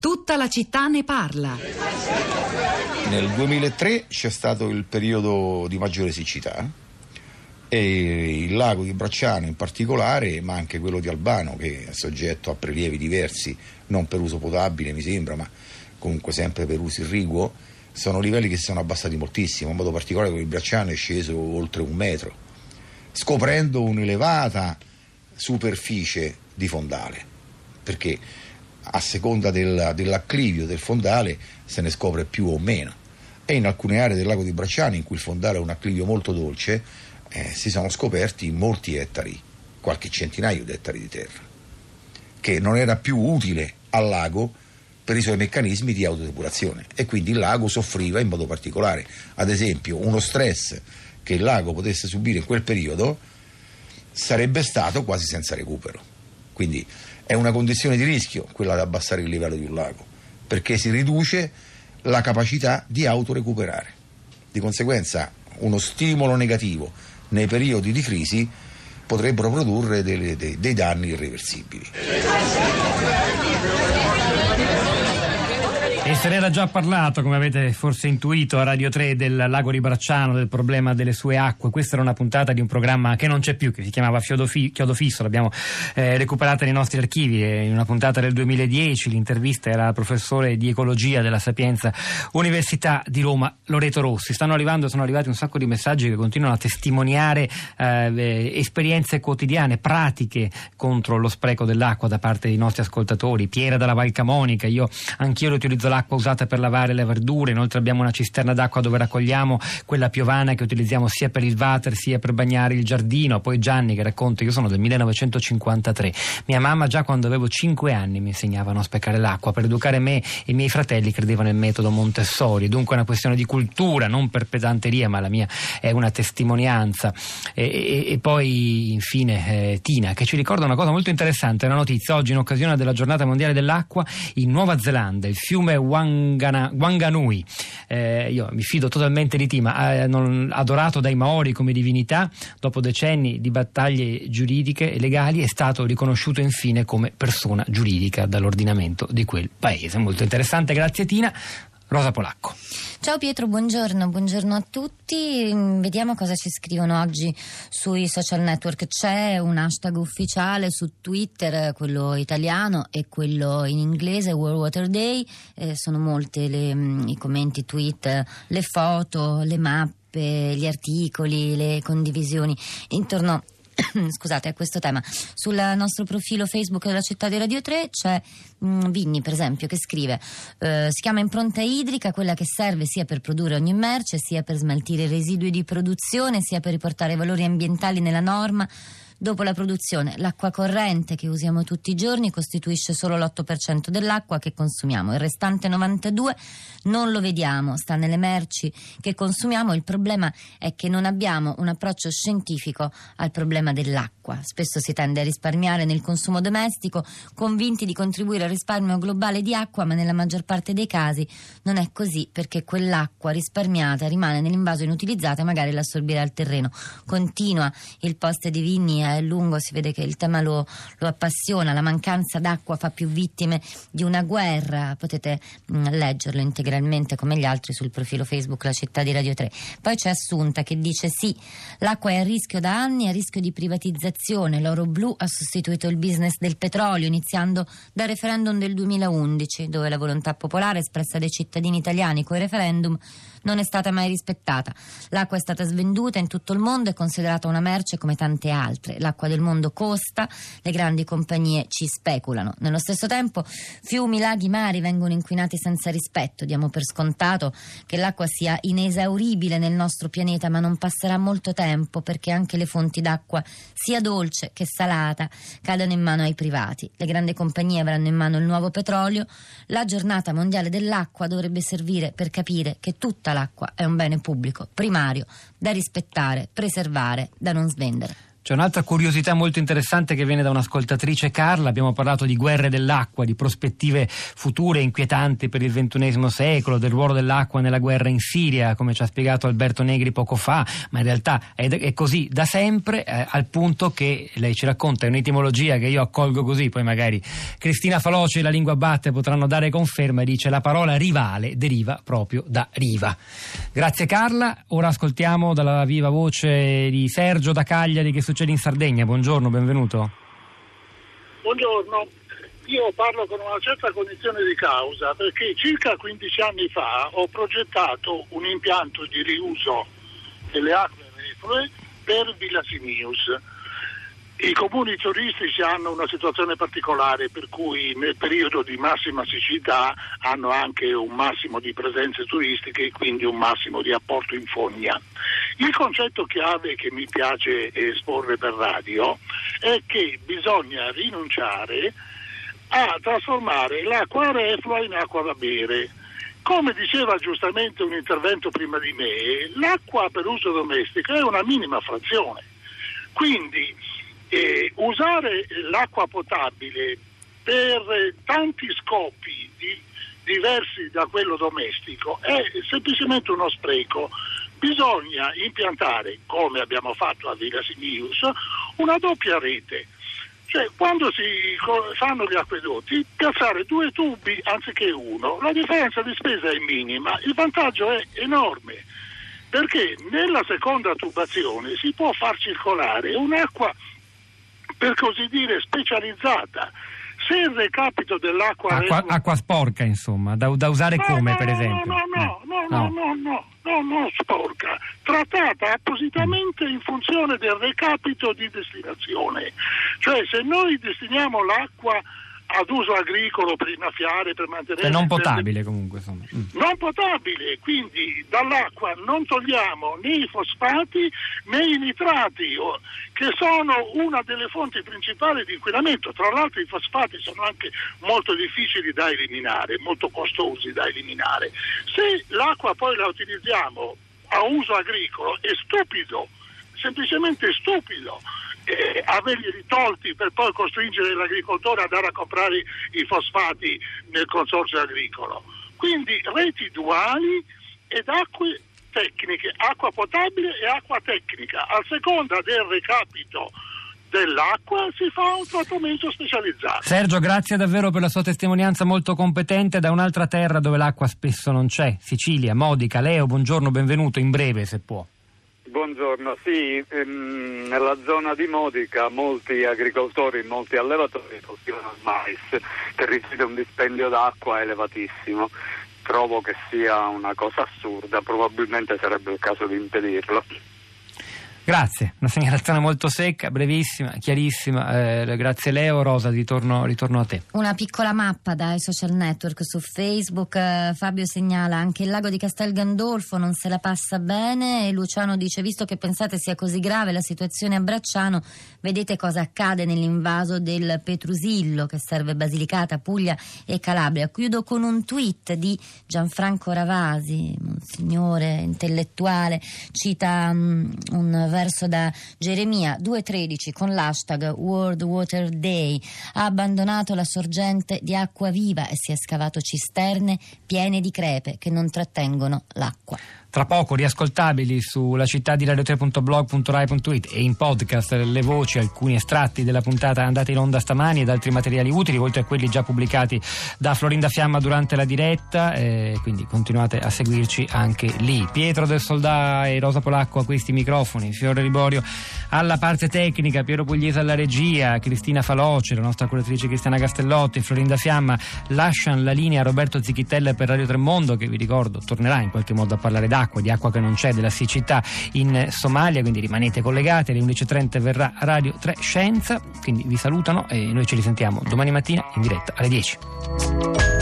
Tutta la città ne parla. Nel 2003 c'è stato il periodo di maggiore siccità e il lago di Bracciano in particolare, ma anche quello di Albano, che è soggetto a prelievi diversi, non per uso potabile mi sembra, ma comunque sempre per uso irriguo, sono livelli che si sono abbassati moltissimo. In modo particolare quello di Bracciano è sceso oltre 1 metro, scoprendo un'elevata superficie di fondale, perché a seconda dell'acclivio del fondale se ne scopre più o meno, e in alcune aree del lago di Bracciano, in cui il fondale ha un acclivio molto dolce, si sono scoperti molti ettari, qualche centinaio di ettari di terra, che non era più utile al lago per i suoi meccanismi di autodepurazione, e quindi il lago soffriva in modo particolare. Ad esempio, uno stress che il lago potesse subire in quel periodo sarebbe stato quasi senza recupero. Quindi è una condizione di rischio quella di abbassare il livello di un lago, perché si riduce la capacità di autorecuperare. Di conseguenza uno stimolo negativo nei periodi di crisi potrebbero produrre dei danni irreversibili. E se ne era già parlato, come avete forse intuito, a Radio 3 del lago di Bracciano, del problema delle sue acque. Questa era una puntata di un programma che non c'è più, che si chiamava Chiodo Fisso, l'abbiamo recuperata nei nostri archivi. In una puntata del 2010 l'intervista era al professore di ecologia della Sapienza Università di Roma, Loreto Rossi. Sono arrivati un sacco di messaggi che continuano a testimoniare esperienze quotidiane, pratiche contro lo spreco dell'acqua da parte dei nostri ascoltatori. Piera dalla Val Camonica: anch'io utilizzo l'acqua usata per lavare le verdure, inoltre abbiamo una cisterna d'acqua dove raccogliamo quella piovana che utilizziamo sia per il water sia per bagnare il giardino. Poi Gianni che racconta: io sono del 1953, mia mamma già quando avevo 5 anni mi insegnava a non sprecare l'acqua. Per educare me e i miei fratelli credeva nel metodo Montessori. Dunque è una questione di cultura, non per pedanteria, ma la mia è una testimonianza. E poi infine Tina che ci ricorda una cosa molto interessante, una notizia: oggi in occasione della giornata mondiale dell'acqua in Nuova Zelanda il fiume Wanganui, io mi fido totalmente di Tima, adorato dai Maori come divinità, dopo decenni di battaglie giuridiche e legali è stato riconosciuto infine come persona giuridica dall'ordinamento di quel paese. Molto interessante, grazie Tina. Rosa Polacco. Ciao Pietro, buongiorno a tutti. Vediamo cosa ci scrivono oggi sui social network. C'è un hashtag ufficiale su Twitter, quello italiano e quello in inglese, World Water Day. Sono molti i commenti, tweet, le foto, le mappe, gli articoli, le condivisioni intorno scusate, a questo tema. Sul nostro profilo Facebook della città di Radio 3 c'è Vinni, per esempio, che scrive: si chiama impronta idrica, quella che serve sia per produrre ogni merce, sia per smaltire i residui di produzione, sia per riportare i valori ambientali nella norma. Dopo la produzione, l'acqua corrente che usiamo tutti i giorni costituisce solo l'8% dell'acqua che consumiamo, il restante 92% non lo vediamo, sta nelle merci che consumiamo. Il problema è che non abbiamo un approccio scientifico al problema dell'acqua. Spesso si tende a risparmiare nel consumo domestico, convinti di contribuire al risparmio globale di acqua, ma nella maggior parte dei casi non è così, perché quell'acqua risparmiata rimane nell'invaso inutilizzata e magari l'assorbirà il terreno. Continua il post di Vinni, è lungo, si vede che il tema lo appassiona. La mancanza d'acqua fa più vittime di una guerra. Potete leggerlo integralmente come gli altri sul profilo Facebook La Città di Radio 3. Poi c'è Assunta che dice: sì, l'acqua è a rischio da anni, a rischio di privatizzazione. L'oro blu ha sostituito il business del petrolio, iniziando dal referendum del 2011, dove la volontà popolare espressa dai cittadini italiani coi referendum non è stata mai rispettata. L'acqua è stata svenduta in tutto il mondo e considerata una merce come tante altre. L'acqua del mondo costa, le grandi compagnie ci speculano. Nello stesso tempo fiumi, laghi, mari vengono inquinati senza rispetto. Diamo per scontato che l'acqua sia inesauribile nel nostro pianeta, ma non passerà molto tempo perché anche le fonti d'acqua, sia dolce che salata, cadano in mano ai privati. Le grandi compagnie avranno in mano il nuovo petrolio. La giornata mondiale dell'acqua dovrebbe servire per capire che tutta l'acqua è un bene pubblico, primario, da rispettare, preservare, da non svendere. C'è un'altra curiosità molto interessante che viene da un'ascoltatrice, Carla. Abbiamo parlato di guerre dell'acqua, di prospettive future inquietanti per il XXI secolo, del ruolo dell'acqua nella guerra in Siria, come ci ha spiegato Alberto Negri poco fa, ma in realtà è così da sempre, al punto che lei ci racconta un'etimologia che io accolgo così, poi magari Cristina Faloci e la Lingua Batte potranno dare conferma, e dice: la parola rivale deriva proprio da riva. Grazie Carla. Ora ascoltiamo dalla viva voce di Sergio da Cagliari che succede in Sardegna. Buongiorno, benvenuto. Buongiorno, io parlo con una certa cognizione di causa perché circa 15 anni fa ho progettato un impianto di riuso delle acque reflue per Villa Simius. I comuni turistici hanno una situazione particolare per cui nel periodo di massima siccità hanno anche un massimo di presenze turistiche e quindi un massimo di apporto in fogna. Il concetto chiave che mi piace esporre per radio è che bisogna rinunciare a trasformare l'acqua reflua in acqua da bere. Come diceva giustamente un intervento prima di me, l'acqua per uso domestico è una minima frazione. Quindi usare l'acqua potabile per tanti scopi diversi da quello domestico è semplicemente uno spreco. Bisogna impiantare, come abbiamo fatto a Villa Simius, una doppia rete. Cioè, quando si fanno gli acquedotti, piazzare 2 tubi anziché uno. La differenza di spesa è minima, il vantaggio è enorme, perché nella seconda tubazione si può far circolare un'acqua, per così dire, specializzata. Se il recapito dell'acqua acqua sporca, insomma, da usare per esempio? No, sporca, trattata appositamente in funzione del recapito di destinazione. Cioè, se noi destiniamo l'acqua ad uso agricolo per innaffiare, per mantenere... non potabile comunque, insomma. Non potabile, quindi dall'acqua non togliamo né i fosfati né i nitrati, che sono una delle fonti principali di inquinamento. Tra l'altro i fosfati sono anche molto difficili da eliminare, molto costosi da eliminare. Se l'acqua poi la utilizziamo a uso agricolo è stupido, semplicemente stupido, averli ritolti per poi costringere l'agricoltore ad andare a comprare i fosfati nel consorzio agricolo. Quindi reti duali ed acque tecniche, acqua potabile e acqua tecnica. A seconda del recapito dell'acqua si fa un trattamento specializzato. Sergio, grazie davvero per la sua testimonianza molto competente da un'altra terra dove l'acqua spesso non c'è, Sicilia. Modica, Leo, buongiorno, benvenuto, in breve se può. Buongiorno, sì, nella zona di Modica molti agricoltori, molti allevatori coltivano il mais che richiede un dispendio d'acqua elevatissimo. Trovo che sia una cosa assurda, probabilmente sarebbe il caso di impedirlo. Grazie, una segnalazione molto secca, brevissima, chiarissima. Grazie Leo. Rosa, ritorno a te. Una piccola mappa dai social network su Facebook. Fabio segnala anche il lago di Castel Gandolfo non se la passa bene, e Luciano dice: visto che pensate sia così grave la situazione a Bracciano, vedete cosa accade nell'invaso del Petrusillo che serve Basilicata, Puglia e Calabria. Chiudo con un tweet di Gianfranco Ravasi, un signore intellettuale, cita un verso da Geremia 2:13 con l'hashtag World Water Day. Ha abbandonato la sorgente di acqua viva e si è scavato cisterne piene di crepe che non trattengono l'acqua. Tra poco riascoltabili sulla città di radio3.blog.rai.it e in podcast le voci, alcuni estratti della puntata andata in onda stamani ed altri materiali utili, oltre a quelli già pubblicati da Florinda Fiamma durante la diretta, quindi continuate a seguirci anche lì. Pietro del Soldà e Rosa Polacco a questi microfoni, Fiore Liborio alla parte tecnica, Piero Pugliese alla regia, Cristina Faloci, la nostra curatrice Cristiana Castellotti, Florinda Fiamma lasciano la linea a Roberto Zichitella per Radio Tremondo, che vi ricordo tornerà in qualche modo a parlare di acqua che non c'è, della siccità in Somalia, quindi rimanete collegati. Alle 11.30 verrà Radio 3 Scienza, quindi vi salutano e noi ci risentiamo domani mattina in diretta alle 10.